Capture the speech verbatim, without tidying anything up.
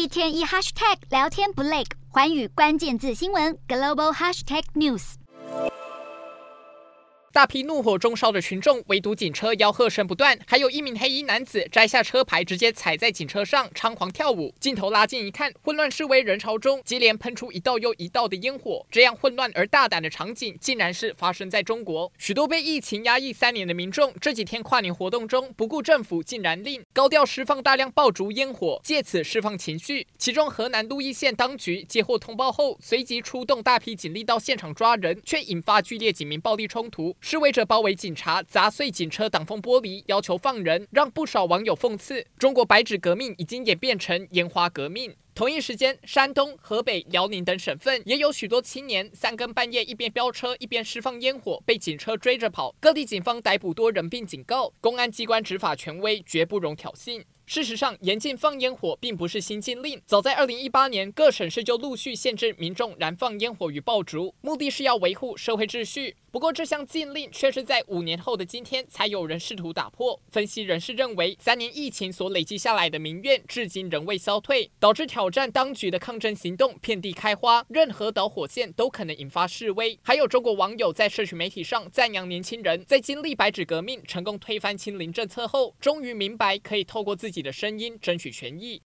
一天一 hashtag 聊天不累，寰宇关键字新闻 global hashtag news。 大批怒火中烧的群众围堵警车，吆喝声不断，还有一名黑衣男子摘下车牌，直接踩在警车上猖狂跳舞。镜头拉近一看，混乱示威人潮中接连喷出一道又一道的烟火。这样混乱而大胆的场景，竟然是发生在中国。许多被疫情压抑三年的民众，这几天跨年活动中不顾政府竟然令高调释放大量爆竹烟火，借此释放情绪。其中河南鹿邑县当局接获通报后，随即出动大批警力到现场抓人，却引发剧烈警民暴力冲突。示威者包围警察，砸碎警车挡风玻璃，要求放人，让不少网友讽刺：中国白纸革命已经演变成烟花革命。同一时间，山东、河北、辽宁等省份也有许多青年三更半夜一边飙车一边释放烟火，被警车追着跑。各地警方逮捕多人，并警告公安机关执法权威绝不容挑衅。事实上，严禁放烟火并不是新禁令，早在二零一八年，各省市就陆续限制民众燃放烟火与爆竹，目的是要维护社会秩序。不过，这项禁令却是在五年后的今天才有人试图打破。分析人士认为，三年疫情所累积下来的民怨至今仍未消退，导致挑战当局的抗争行动遍地开花，任何导火线都可能引发示威。还有中国网友在社群媒体上赞扬年轻人在经历白纸革命、成功推翻清零政策后，终于明白可以透过自己的声音争取权益。